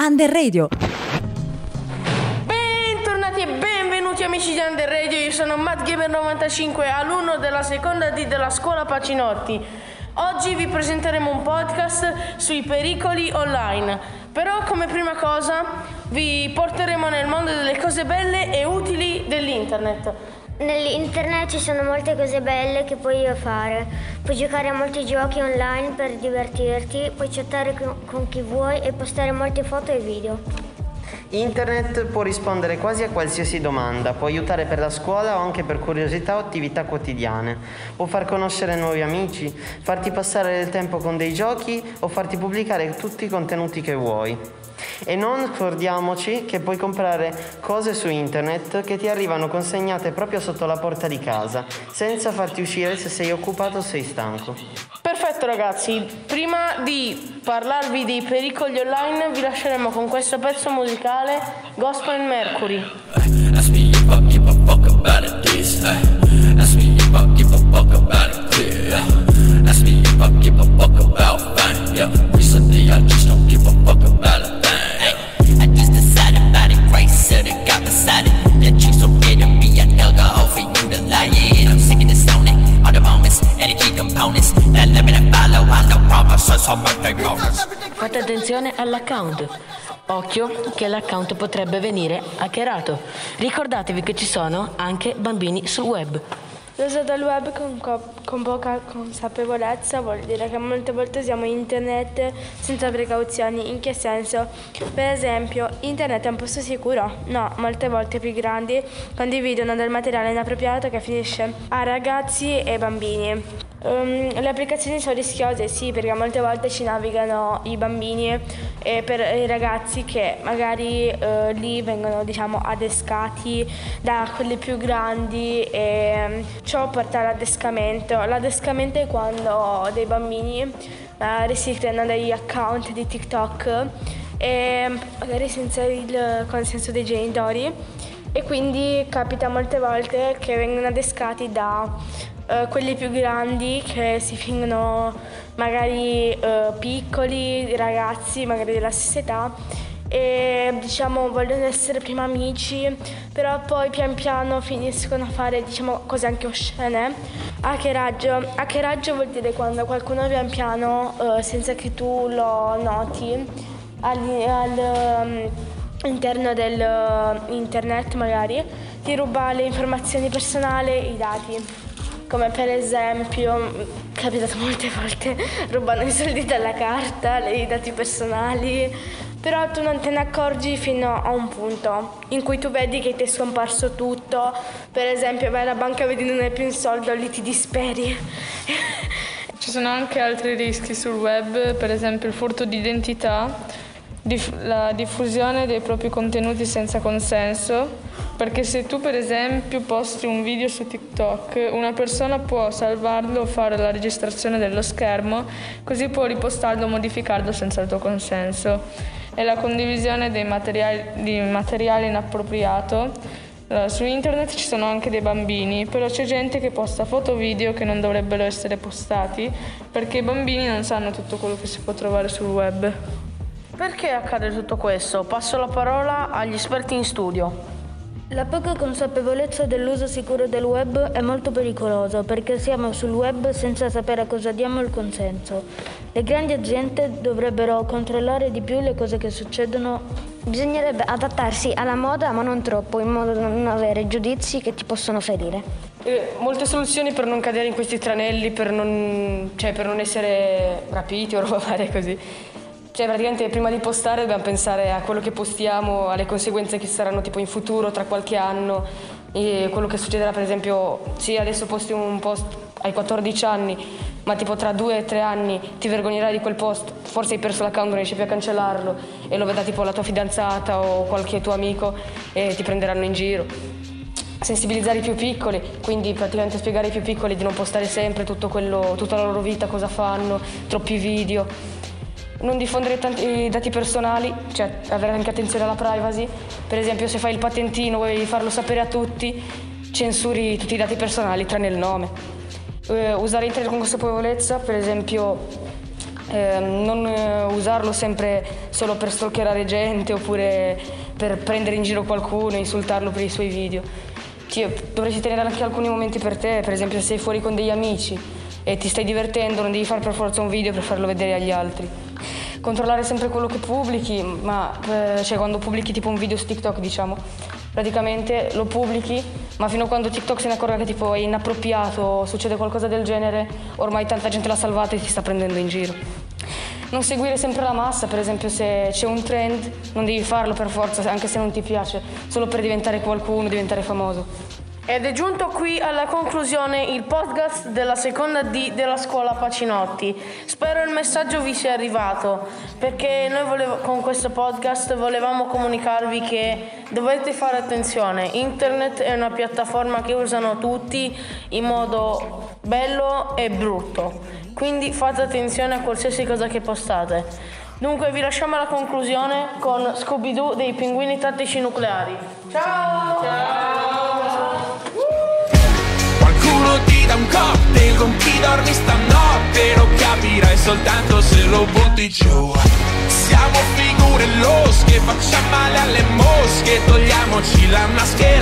Under Radio. Bentornati e benvenuti amici di Under Radio, io sono MattGamer95, alunno della seconda D della scuola Pacinotti. Oggi vi presenteremo un podcast sui pericoli online, però come prima cosa vi porteremo nel mondo delle cose belle e utili dell'internet. Nell'internet ci sono molte cose belle che puoi fare. Puoi giocare a molti giochi online per divertirti, puoi chattare con chi vuoi e postare molte foto e video. Internet può rispondere quasi a qualsiasi domanda, può aiutare per la scuola o anche per curiosità o attività quotidiane. Può far conoscere nuovi amici, farti passare del tempo con dei giochi o farti pubblicare tutti i contenuti che vuoi. E non scordiamoci che puoi comprare cose su internet che ti arrivano consegnate proprio sotto la porta di casa, senza farti uscire se sei occupato o sei stanco. Perfetto ragazzi, prima di parlarvi dei pericoli online vi lasceremo con questo pezzo musicale, Gospel Mercury. Ask me if I give a fuck about it, this. Ask me if I give a fuck about it, clear. Ask me if I give a fuck about fame, yeah. Recently I just don't give a fuck about a thing. I just decided about it, Grace said it, got beside it. That chick so big to be an alcohol for you to lie in. I'm sick of this zoning, all the moments, energy components. That limit and follow, I no promises, I'm birthday bonus. Fate attenzione all'account. Occhio che l'account potrebbe venire hackerato. Ricordatevi che ci sono anche bambini sul web. L'uso del web con poca consapevolezza vuol dire che molte volte usiamo internet senza precauzioni. In che senso? Per esempio, internet è un posto sicuro? No, molte volte i più grandi condividono del materiale inappropriato che finisce a ragazzi e bambini. Le applicazioni sono rischiose, sì, perché molte volte ci navigano i bambini e per i ragazzi che magari lì vengono, diciamo, adescati da quelli più grandi e ciò porta all'adescamento. L'adescamento è quando dei bambini magari si creano degli account di TikTok e magari senza il consenso dei genitori e quindi capita molte volte che vengono adescati da quelli più grandi che si fingono magari piccoli, ragazzi magari della stessa età e diciamo vogliono essere prima amici, però poi pian piano finiscono a fare, diciamo, cose anche oscene. Hackeraggio vuol dire quando qualcuno pian piano senza che tu lo noti all'interno del internet magari ti ruba le informazioni personali e i dati. Come per esempio, è capitato molte volte, rubano i soldi dalla carta, i dati personali, però tu non te ne accorgi fino a un punto in cui tu vedi che ti è scomparso tutto. Per esempio vai alla banca e vedi non hai più un soldo, lì ti disperi. Ci sono anche altri rischi sul web, per esempio il furto di identità, la diffusione dei propri contenuti senza consenso, perché se tu per esempio posti un video su TikTok, una persona può salvarlo o fare la registrazione dello schermo, così può ripostarlo o modificarlo senza il tuo consenso. E la condivisione di materiale inappropriato. Su internet ci sono anche dei bambini, però c'è gente che posta foto o video che non dovrebbero essere postati, perché i bambini non sanno tutto quello che si può trovare sul web. Perché accade tutto questo? Passo la parola agli esperti in studio. La poca consapevolezza dell'uso sicuro del web è molto pericolosa perché siamo sul web senza sapere a cosa diamo il consenso. Le grandi aziende dovrebbero controllare di più le cose che succedono. Bisognerebbe adattarsi alla moda ma non troppo, in modo da non avere giudizi che ti possono ferire. Molte soluzioni per non cadere in questi tranelli, per non essere rapiti o roba varia così. Cioè praticamente prima di postare dobbiamo pensare a quello che postiamo, alle conseguenze che saranno tipo in futuro, tra qualche anno, e quello che succederà per esempio, sì adesso posti un post ai 14 anni, ma tipo tra 2 o 3 anni ti vergognerai di quel post, forse hai perso l'account, non riesci più a cancellarlo e lo vedrà tipo la tua fidanzata o qualche tuo amico e ti prenderanno in giro. Sensibilizzare i più piccoli, quindi praticamente spiegare ai più piccoli di non postare sempre tutta la loro vita, cosa fanno, troppi video. Non diffondere tanti dati personali, cioè avere anche attenzione alla privacy. Per esempio se fai il patentino vuoi farlo sapere a tutti, censuri tutti i dati personali tranne il nome. Usare internet con consapevolezza, per esempio non usarlo sempre solo per stalkerare gente oppure per prendere in giro qualcuno e insultarlo per i suoi video. Dovresti tenere anche alcuni momenti per te, per esempio se sei fuori con degli amici e ti stai divertendo, non devi fare per forza un video per farlo vedere agli altri. Controllare sempre quello che pubblichi, cioè quando pubblichi tipo un video su TikTok, diciamo, praticamente lo pubblichi, ma fino a quando TikTok se ne accorga che tipo è inappropriato, succede qualcosa del genere, ormai tanta gente l'ha salvato e ti sta prendendo in giro. Non seguire sempre la massa, per esempio se c'è un trend non devi farlo per forza, anche se non ti piace, solo per diventare qualcuno, diventare famoso. Ed è giunto qui alla conclusione il podcast della seconda D della scuola Pacinotti. Spero il messaggio vi sia arrivato, perché noi con questo podcast volevamo comunicarvi che dovete fare attenzione. Internet è una piattaforma che usano tutti in modo bello e brutto, quindi fate attenzione a qualsiasi cosa che postate. Dunque vi lasciamo alla conclusione con Scooby-Doo dei Pinguini Tattici Nucleari. Ciao! Ciao! Qualcuno ti dà un cocktail, con chi dormi stanotte, lo capirai soltanto se lo butti giù. Siamo figure losche, facciamo male alle mosche, togliamoci la maschera.